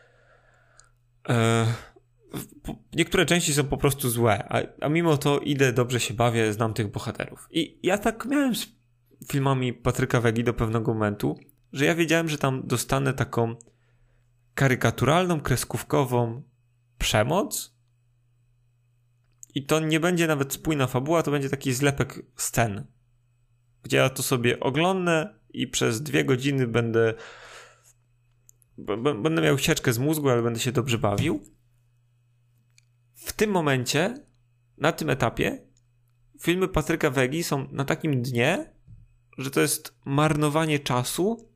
E, niektóre części są po prostu złe, a, a mimo to idę, dobrze się bawię, znam tych bohaterów. I ja tak miałem z filmami Patryka Wegi do pewnego momentu, że ja wiedziałem, że tam dostanę taką karykaturalną, kreskówkową przemoc I to nie będzie nawet spójna fabuła, to będzie taki zlepek scen, gdzie ja to sobie oglądnę i przez dwie godziny będę b- będę miał sieczkę z mózgu, ale będę się dobrze bawił. W tym momencie, na tym etapie, filmy Patryka Wegi są na takim dnie, że to jest marnowanie czasu,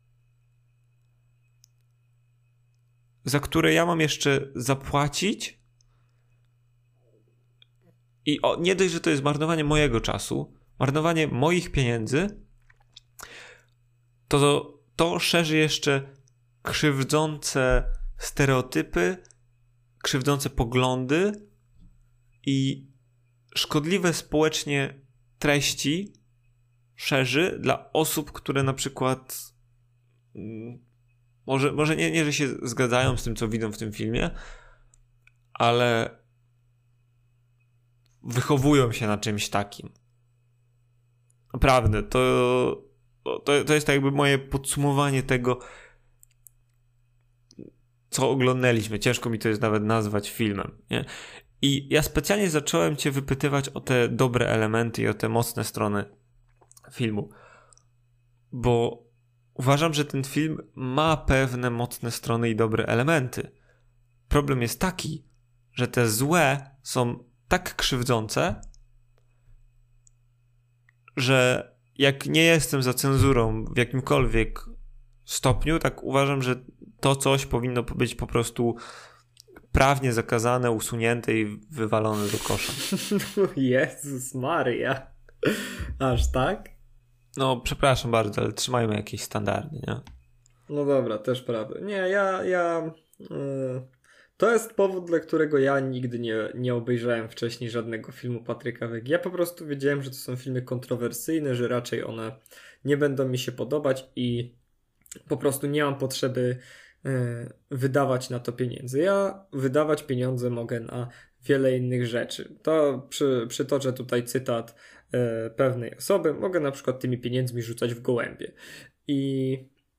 za które ja mam jeszcze zapłacić. I o, nie dość, że to jest marnowanie mojego czasu, marnowanie moich pieniędzy, to to szerzy jeszcze krzywdzące stereotypy, krzywdzące poglądy i szkodliwe społecznie treści szerzy dla osób, które na przykład mm, może, może nie, nie, że się zgadzają z tym, co widzą w tym filmie, ale wychowują się na czymś takim. Naprawdę, to, to, to jest tak jakby moje podsumowanie tego, co oglądaliśmy. Ciężko mi to jest nawet nazwać filmem, nie? I ja specjalnie zacząłem cię wypytywać o te dobre elementy i o te mocne strony filmu, bo uważam, że ten film ma pewne mocne strony i dobre elementy. Problem jest taki, że te złe są tak krzywdzące, że jak nie jestem za cenzurą w jakimkolwiek stopniu, tak uważam, że to coś powinno być po prostu prawnie zakazane, usunięte i wywalone do kosza. Jezus Maria. Aż tak? No, przepraszam bardzo, ale trzymajmy jakieś standardy, nie? No dobra, też prawda. Nie, ja... ja yy, to jest powód, dla którego ja nigdy nie, nie obejrzałem wcześniej żadnego filmu Patryka Wegi. Ja po prostu wiedziałem, że to są filmy kontrowersyjne, że raczej one nie będą mi się podobać i po prostu nie mam potrzeby yy, wydawać na to pieniędzy. Ja wydawać pieniądze mogę na wiele innych rzeczy. To przy, przytoczę tutaj cytat yy, pewnej osoby. Mogę na przykład tymi pieniędzmi rzucać w gołębie. I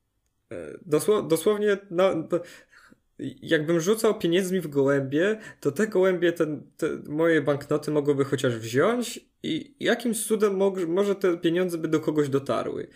yy, dosło, dosłownie no, to, jakbym rzucał pieniędzmi w gołębie, to te gołębie, ten, te moje banknoty mogłyby chociaż wziąć i jakimś cudem mo- może te pieniądze by do kogoś dotarły.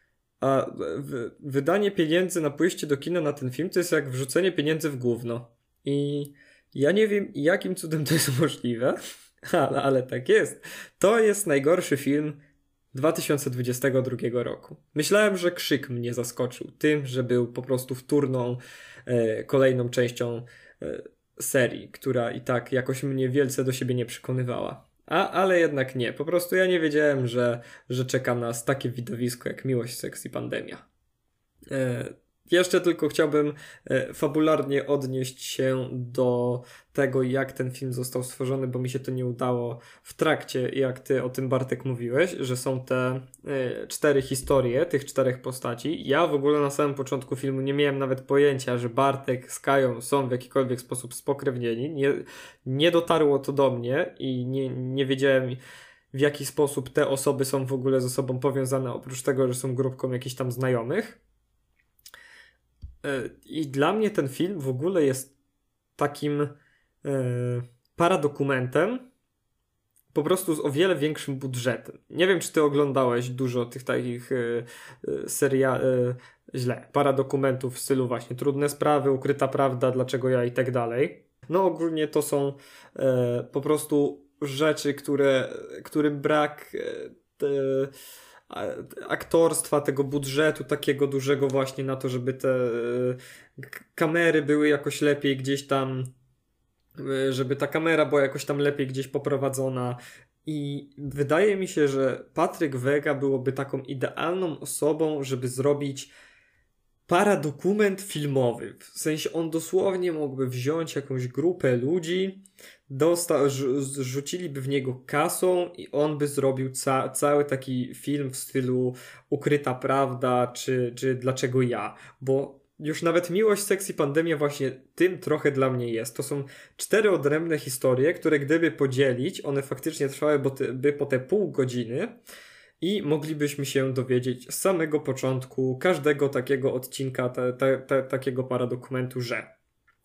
A w, wydanie pieniędzy na pójście do kina na ten film to jest jak wrzucenie pieniędzy w gówno. I ja nie wiem, jakim cudem to jest możliwe, ale, ale tak jest. To jest najgorszy film dwa tysiące dwudziestego drugiego roku. Myślałem, że Krzyk mnie zaskoczył tym, że był po prostu wtórną e, kolejną częścią e, serii, która i tak jakoś mnie wielce do siebie nie przekonywała. A, ale jednak nie. Po prostu ja nie wiedziałem, że, że czeka nas takie widowisko jak Miłość, Seks i Pandemia. E, Jeszcze tylko chciałbym e, fabularnie odnieść się do tego, jak ten film został stworzony, bo mi się to nie udało w trakcie, jak ty o tym, Bartek, mówiłeś, że są te e, cztery historie tych czterech postaci. Ja w ogóle na samym początku filmu nie miałem nawet pojęcia, że Bartek z Kają są w jakikolwiek sposób spokrewnieni. Nie, nie dotarło to do mnie i nie, nie wiedziałem, w jaki sposób te osoby są w ogóle ze sobą powiązane, oprócz tego, że są grupką jakichś tam znajomych. I dla mnie ten film w ogóle jest takim e, paradokumentem, po prostu z o wiele większym budżetem. Nie wiem, czy ty oglądałeś dużo tych takich e, seria, e, źle, paradokumentów w stylu właśnie Trudne sprawy, Ukryta prawda, Dlaczego ja i tak dalej. No ogólnie to są e, po prostu rzeczy, które, którym brak e, te, aktorstwa, tego budżetu takiego dużego właśnie na to, żeby te kamery były jakoś lepiej gdzieś tam, żeby ta kamera była jakoś tam lepiej gdzieś poprowadzona. I wydaje mi się, że Patryk Wega byłoby taką idealną osobą, żeby zrobić paradokument filmowy. W sensie on dosłownie mógłby wziąć jakąś grupę ludzi, dosta- rzuciliby w niego kasą i on by zrobił ca- cały taki film w stylu Ukryta prawda, czy, czy Dlaczego ja. Bo już nawet Miłość, Seks i Pandemia właśnie tym trochę dla mnie jest. To są cztery odrębne historie, które gdyby podzielić, one faktycznie trwałyby po te pół godziny i moglibyśmy się dowiedzieć z samego początku każdego takiego odcinka, te, te, te, takiego paradokumentu, że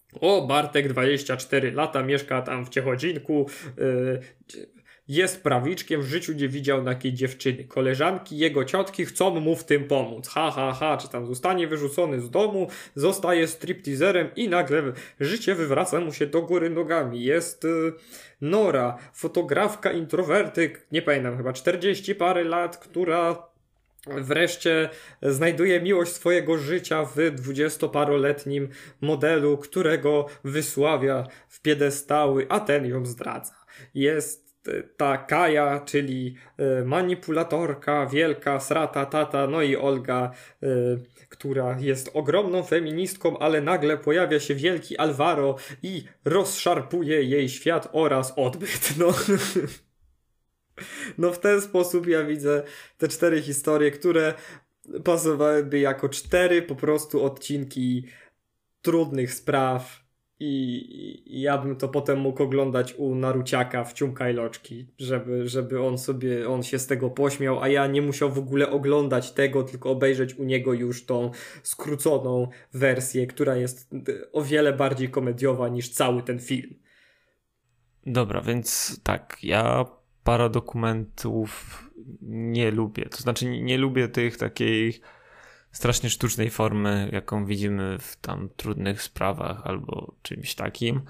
O, Bartek, dwadzieścia cztery lata, mieszka tam w Ciechodzinku, yy, jest prawiczkiem, w życiu nie widział takiej dziewczyny. Koleżanki jego ciotki chcą mu w tym pomóc. Ha, ha, ha, czy tam zostanie wyrzucony z domu, zostaje stripteaserem i nagle życie wywraca mu się do góry nogami. Jest yy, Nora, fotografka, introwertyk, nie pamiętam, chyba czterdzieści parę lat, która wreszcie znajduje miłość swojego życia w dwudziestoparoletnim modelu, którego wysławia w piedestały, a ten ją zdradza. Jest ta Kaja, czyli manipulatorka, wielka, srata tata, no i Olga, która jest ogromną feministką, ale nagle pojawia się wielki Alvaro i rozszarpuje jej świat oraz odbyt. No... No w ten sposób ja widzę te cztery historie, które pasowałyby jako cztery po prostu odcinki trudnych spraw i, i ja bym to potem mógł oglądać u Naruciaka w Ciumka i Loczki, żeby, żeby on sobie, on się z tego pośmiał, a ja nie musiał w ogóle oglądać tego, tylko obejrzeć u niego już tą skróconą wersję, która jest o wiele bardziej komediowa niż cały ten film. Dobra, więc tak, ja paradokumentów nie lubię. To znaczy nie, nie lubię tych takiej strasznie sztucznej formy, jaką widzimy w tam trudnych sprawach albo czymś takim.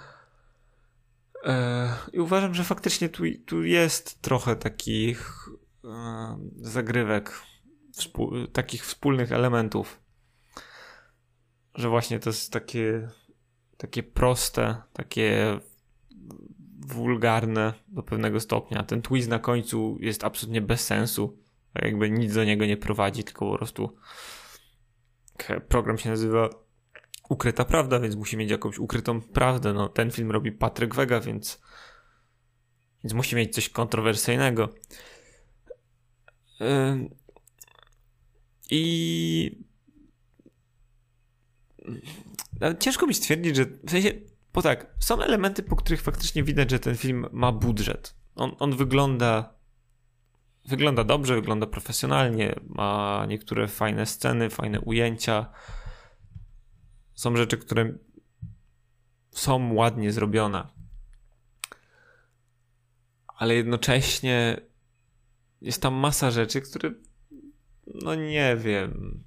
I uważam, że faktycznie tu, tu jest trochę takich e, zagrywek, współ, takich wspólnych elementów, że właśnie to jest takie takie proste, takie wulgarne do pewnego stopnia. Ten twist na końcu jest absolutnie bez sensu. Jakby nic do niego nie prowadzi, tylko po prostu program się nazywa Ukryta Prawda, więc musi mieć jakąś ukrytą prawdę. No, ten film robi Patryk Wega, więc, więc musi mieć coś kontrowersyjnego. Yy... I ciężko mi stwierdzić, że w sensie, bo tak, są elementy, po których faktycznie widać, że ten film ma budżet. On, on wygląda wygląda dobrze, wygląda profesjonalnie, ma niektóre fajne sceny, fajne ujęcia. Są rzeczy, które są ładnie zrobione. Ale jednocześnie jest tam masa rzeczy, które no nie wiem,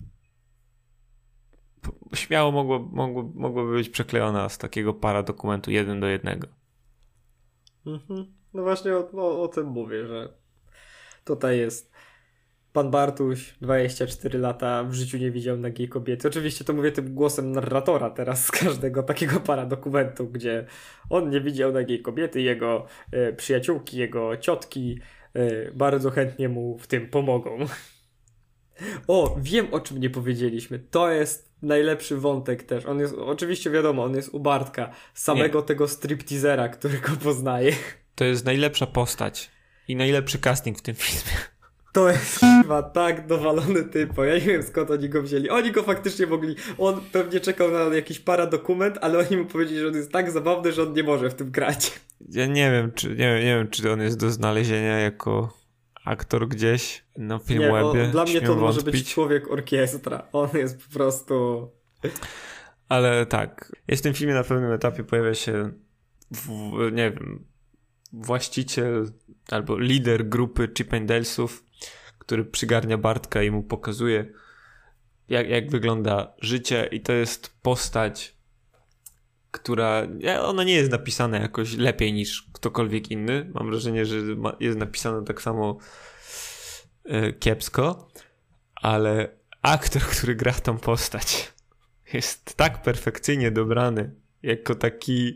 śmiało mogło, mogło, mogłoby być przeklejona z takiego paradokumentu jeden do jednego. Mhm. No właśnie o, o, o tym mówię, że tutaj jest pan Bartuś, dwadzieścia cztery lata, w życiu nie widział nagiej kobiety. Oczywiście to mówię tym głosem narratora teraz z każdego takiego paradokumentu, gdzie on nie widział nagiej kobiety, jego e, przyjaciółki, jego ciotki e, bardzo chętnie mu w tym pomogą. O, wiem, o czym nie powiedzieliśmy. To jest najlepszy wątek też. On jest, oczywiście wiadomo, on jest u Bartka, samego nie. tego stripteasera, którego poznaje. To jest najlepsza postać i najlepszy casting w tym filmie. To jest chyba tak dowalony typo. Ja nie wiem, skąd oni go wzięli. Oni go faktycznie mogli... On pewnie czekał na jakiś paradokument, ale oni mu powiedzieli, że on jest tak zabawny, że on nie może w tym grać. Ja nie wiem, czy, nie wiem, nie wiem, czy on jest do znalezienia jako aktor gdzieś na Filmwebie. Dla mnie to Śmiem może wątpić. być człowiek orkiestra. On jest po prostu... Ale tak, jest w tym filmie na pewnym etapie pojawia się w, nie wiem, właściciel albo lider grupy Chippendalesów, który przygarnia Bartka i mu pokazuje, jak, jak wygląda życie, i to jest postać, która, ona nie jest napisana jakoś lepiej niż ktokolwiek inny. Mam wrażenie, że jest napisana tak samo e, kiepsko, ale aktor, który gra tą postać, jest tak perfekcyjnie dobrany, jako taki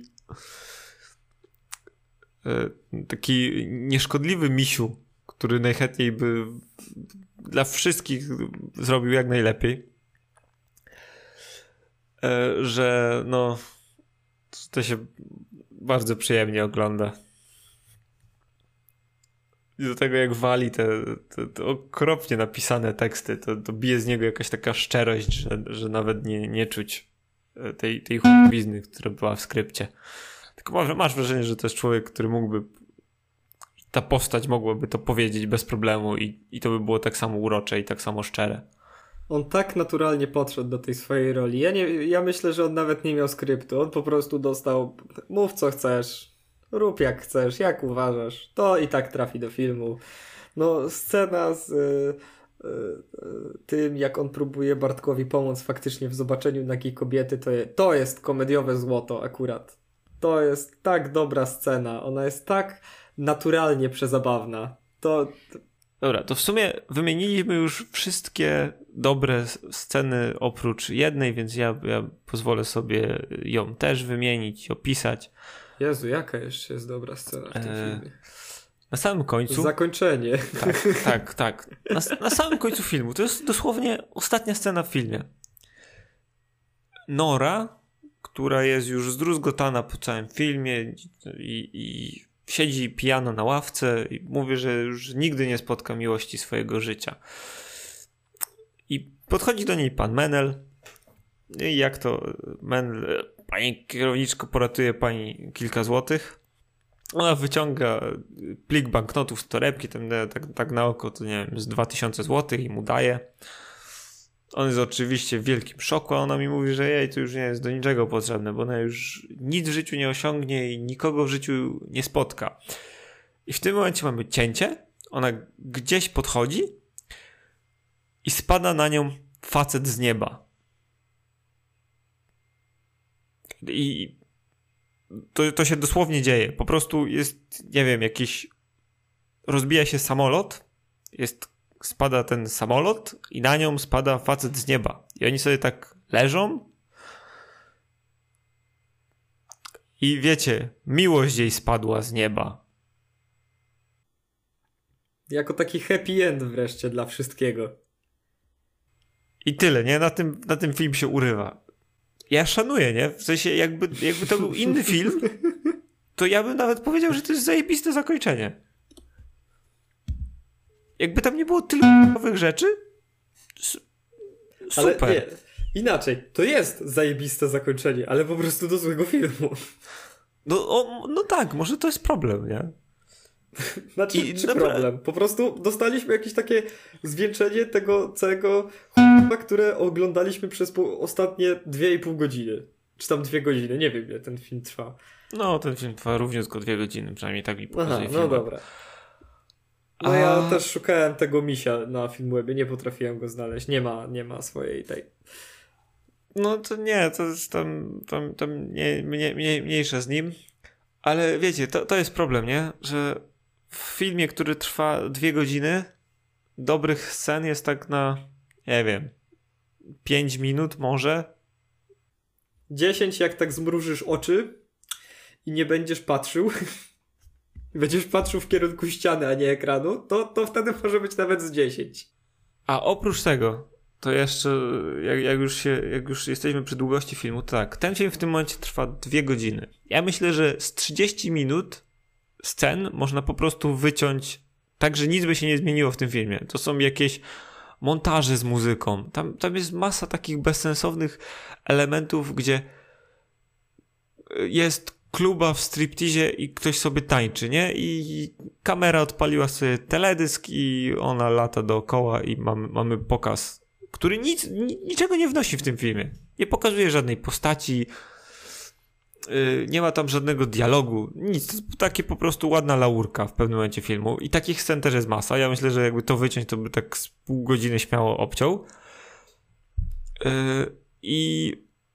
e, taki nieszkodliwy misiu, który najchętniej by dla wszystkich zrobił jak najlepiej, e, że no to się bardzo przyjemnie ogląda. I do tego jak wali te, te, te okropnie napisane teksty, to, to bije z niego jakaś taka szczerość, że, że nawet nie, nie czuć tej, tej chłopizny, która była w skrypcie. Tylko masz, masz wrażenie, że to jest człowiek, który mógłby, ta postać mogłaby to powiedzieć bez problemu i, i to by było tak samo urocze i tak samo szczere. On tak naturalnie podszedł do tej swojej roli. Ja, nie, ja myślę, że on nawet nie miał skryptu. On po prostu dostał, mów co chcesz, rób jak chcesz, jak uważasz. To i tak trafi do filmu. No, scena z y, y, y, tym, jak on próbuje Bartkowi pomóc faktycznie w zobaczeniu nagiej kobiety, to, je, to jest komediowe złoto akurat. To jest tak dobra scena. Ona jest tak naturalnie przezabawna. To... Dobra, to w sumie wymieniliśmy już wszystkie dobre sceny oprócz jednej, więc ja, ja pozwolę sobie ją też wymienić, opisać. Jezu, jaka jeszcze jest dobra scena w tym e... filmie? Na samym końcu... Zakończenie. Tak, tak, tak. Na, na samym końcu filmu. To jest dosłownie ostatnia scena w filmie. Nora, która jest już zdruzgotana po całym filmie i, i siedzi pijana na ławce i mówi, że już nigdy nie spotka miłości swojego życia. I podchodzi do niej pan Menel. I jak to Menel... Pani kierowniczko, poratuje pani kilka złotych. Ona wyciąga plik banknotów z torebki, tam tak, tak na oko to nie wiem, z dwa tysiące złotych i mu daje. On jest oczywiście w wielkim szoku, a ona mi mówi, że jej to już nie jest do niczego potrzebne, bo ona już nic w życiu nie osiągnie i nikogo w życiu nie spotka. I w tym momencie mamy cięcie, ona gdzieś podchodzi i spada na nią facet z nieba. I to, to się dosłownie dzieje. Po prostu jest, nie wiem, jakiś... Rozbija się samolot, jest, spada ten samolot i na nią spada facet z nieba. I oni sobie tak leżą i wiecie, miłość jej spadła z nieba. Jako taki happy end wreszcie dla wszystkiego. I tyle, nie? Na tym, na tym film się urywa. Ja szanuję, nie? W sensie jakby, jakby to był inny film, to ja bym nawet powiedział, że to jest zajebiste zakończenie. Jakby tam nie było tylu nowych rzeczy, super. Ale nie, inaczej, to jest zajebiste zakończenie, ale po prostu do złego filmu. No, o, no tak, może to jest problem, nie? Znaczy, I czy dobra... problem? Po prostu dostaliśmy jakieś takie zwieńczenie tego całego ch**a, które oglądaliśmy przez po ostatnie dwie i pół godziny. Czy tam dwie godziny, nie wiem ile ten film trwa. No, ten film trwa również tylko dwie godziny, przynajmniej tak mi pokazuje. Aha, no film. Dobra. No A... ja też szukałem tego misia na Filmwebie, nie potrafiłem go znaleźć. Nie ma, nie ma swojej tej... No to nie, to jest tam, tam, tam nie, nie, nie, mniejsza z nim. Ale wiecie, to, to jest problem, nie? Że w filmie, który trwa dwie godziny, dobrych scen jest tak na, nie wiem, pięć minut może. dziesięć jak tak zmrużysz oczy i nie będziesz patrzył, będziesz patrzył w kierunku ściany, a nie ekranu, to, to wtedy może być nawet z dziesięć. A oprócz tego, to jeszcze, jak, jak, już się, jak już jesteśmy przy długości filmu, to tak, ten film w tym momencie trwa dwie godziny. Ja myślę, że z trzydzieści minut scen można po prostu wyciąć tak, że nic by się nie zmieniło w tym filmie. To są jakieś montaże z muzyką. Tam, tam jest masa takich bezsensownych elementów, gdzie jest kluba w striptizie i ktoś sobie tańczy, nie? I kamera odpaliła sobie teledysk i ona lata dookoła i mamy, mamy pokaz, który nic, niczego nie wnosi w tym filmie. Nie pokazuje żadnej postaci, nie ma tam żadnego dialogu, nic, to jest takie po prostu ładna laurka w pewnym momencie filmu i takich scen też jest masa. Ja myślę, że jakby to wyciąć, to by tak z pół godziny śmiało obciął. Yy, I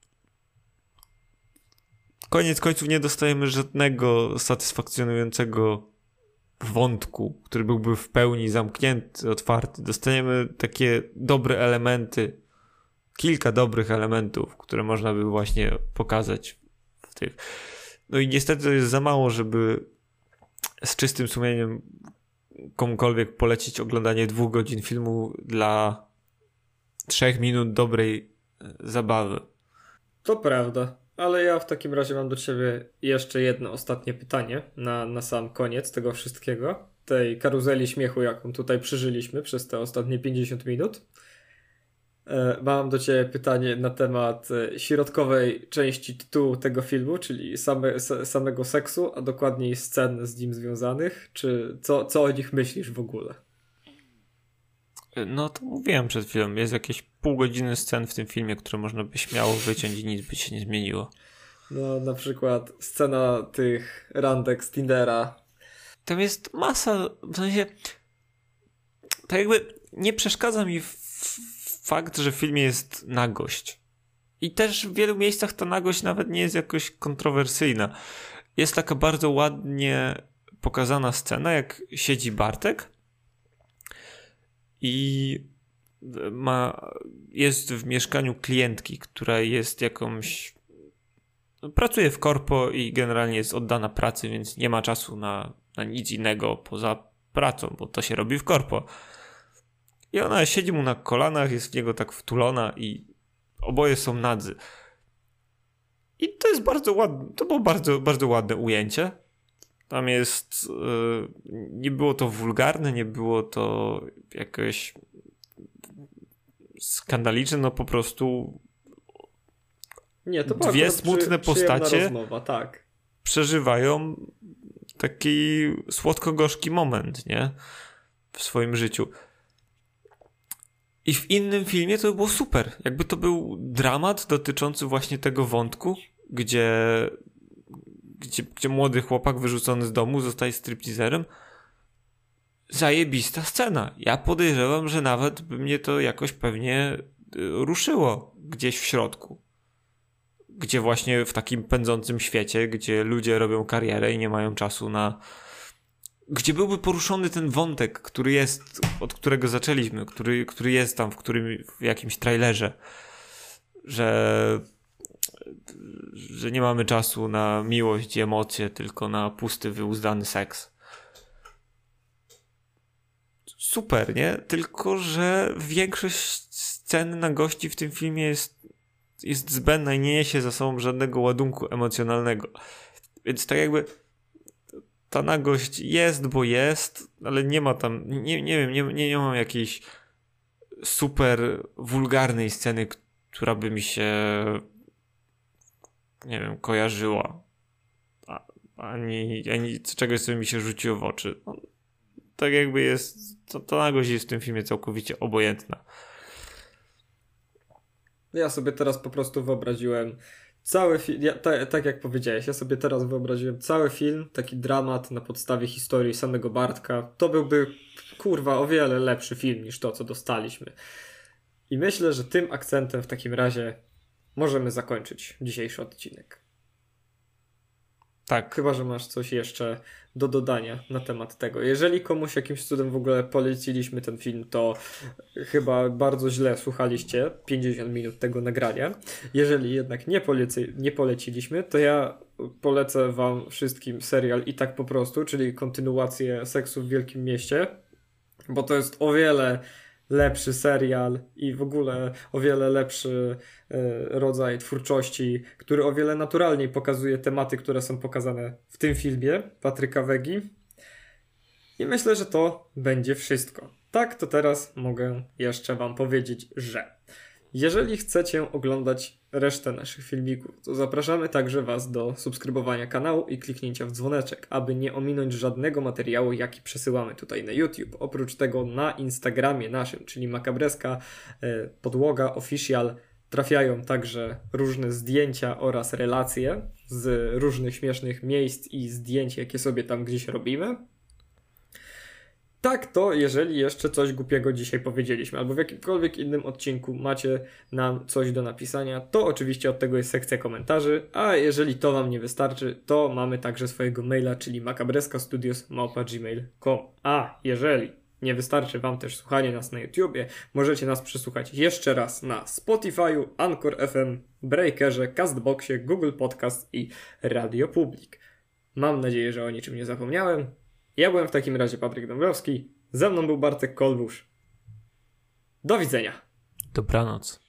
koniec końców nie dostajemy żadnego satysfakcjonującego wątku, który byłby w pełni zamknięty, otwarty. Dostajemy takie dobre elementy, kilka dobrych elementów, które można by właśnie pokazać w tych. No i niestety to jest za mało, żeby z czystym sumieniem komukolwiek polecić oglądanie dwóch godzin filmu dla trzech minut dobrej zabawy. To prawda, ale ja w takim razie mam do ciebie jeszcze jedno ostatnie pytanie na, na sam koniec tego wszystkiego, tej karuzeli śmiechu, jaką tutaj przeżyliśmy przez te ostatnie pięćdziesiąt minut. Mam do ciebie pytanie na temat środkowej części tytułu tego filmu, czyli same, samego seksu, a dokładniej scen z nim związanych. Czy co, co o nich myślisz w ogóle? No to mówiłem przed chwilą, jest jakieś pół godziny scen w tym filmie, które można by śmiało wyciąć i nic by się nie zmieniło. No na przykład scena tych randek z Tindera. Tam jest masa, w sensie tak jakby nie przeszkadza mi f- fakt, że w filmie jest nagość. I też w wielu miejscach ta nagość nawet nie jest jakoś kontrowersyjna. Jest taka bardzo ładnie pokazana scena, jak siedzi Bartek i ma, jest w mieszkaniu klientki, która jest jakąś... pracuje w korpo i generalnie jest oddana pracy, więc nie ma czasu na, na nic innego poza pracą, bo to się robi w korpo. I ona siedzi mu na kolanach, jest w niego tak wtulona i oboje są nadzy. I to jest bardzo ładne, to było bardzo, bardzo ładne ujęcie. Tam jest, yy, nie było to wulgarne, nie było to jakieś skandaliczne, no po prostu nie, to dwie smutne przy, postacie rozmowa, tak. przeżywają taki słodko-gorzki moment, nie? W swoim życiu. I w innym filmie to by było super. Jakby to był dramat dotyczący właśnie tego wątku, gdzie, gdzie, gdzie młody chłopak wyrzucony z domu zostaje stripteaserem. Zajebista scena. Ja podejrzewam, że nawet by mnie to jakoś pewnie ruszyło gdzieś w środku. Gdzie właśnie w takim pędzącym świecie, gdzie ludzie robią karierę i nie mają czasu na... Gdzie byłby poruszony ten wątek, który jest, od którego zaczęliśmy, który, który jest tam w, którym, w jakimś trailerze, że, że nie mamy czasu na miłość i emocje, tylko na pusty, wyuzdany seks. Super, nie? Tylko, że większość scen na gości w tym filmie jest, jest zbędna i nie niesie za sobą żadnego ładunku emocjonalnego. Więc tak jakby ta nagość jest, bo jest, ale nie ma tam, nie, nie wiem, nie, nie, nie mam jakiejś super wulgarnej sceny, która by mi się, nie wiem, kojarzyła. A, ani, ani czegoś, co mi się rzuciło w oczy. No, tak jakby jest, to, ta nagość jest w tym filmie całkowicie obojętna. Ja sobie teraz po prostu wyobraziłem cały film, ja, ta, tak jak powiedziałeś, ja sobie teraz wyobraziłem cały film, taki dramat na podstawie historii samego Bartka. To byłby, kurwa, o wiele lepszy film niż to, co dostaliśmy. I myślę, że tym akcentem w takim razie możemy zakończyć dzisiejszy odcinek. Tak. Chyba że masz coś jeszcze do dodania na temat tego. Jeżeli komuś jakimś cudem w ogóle poleciliśmy ten film, to chyba bardzo źle słuchaliście pięćdziesiąt minut tego nagrania. Jeżeli jednak nie, poleci, nie poleciliśmy, to ja polecę wam wszystkim serial I tak po prostu, czyli kontynuację Seksu w Wielkim Mieście, bo to jest o wiele lepszy serial i w ogóle o wiele lepszy y, rodzaj twórczości, który o wiele naturalniej pokazuje tematy, które są pokazane w tym filmie Patryka Wegi. I myślę, że to będzie wszystko. Tak, to teraz mogę jeszcze wam powiedzieć, że jeżeli chcecie oglądać resztę naszych filmików, to zapraszamy także was do subskrybowania kanału i kliknięcia w dzwoneczek, aby nie ominąć żadnego materiału, jaki przesyłamy tutaj na YouTube. Oprócz tego na Instagramie naszym, czyli Makabreska Podłoga Official, trafiają także różne zdjęcia oraz relacje z różnych śmiesznych miejsc i zdjęć, jakie sobie tam gdzieś robimy. Tak, to jeżeli jeszcze coś głupiego dzisiaj powiedzieliśmy, albo w jakimkolwiek innym odcinku macie nam coś do napisania, to oczywiście od tego jest sekcja komentarzy, a jeżeli to wam nie wystarczy, to mamy także swojego maila, czyli makabreskastudios małpa gmail kropka com. A jeżeli nie wystarczy wam też słuchanie nas na YouTubie, możecie nas przesłuchać jeszcze raz na Spotify'u, Anchor F M, Breakerze, Castboxie, Google Podcast i Radio Public. Mam nadzieję, że o niczym nie zapomniałem. Ja byłem w takim razie Patryk Dąbrowski, ze mną był Bartek Kolbusz. Do widzenia. Dobranoc.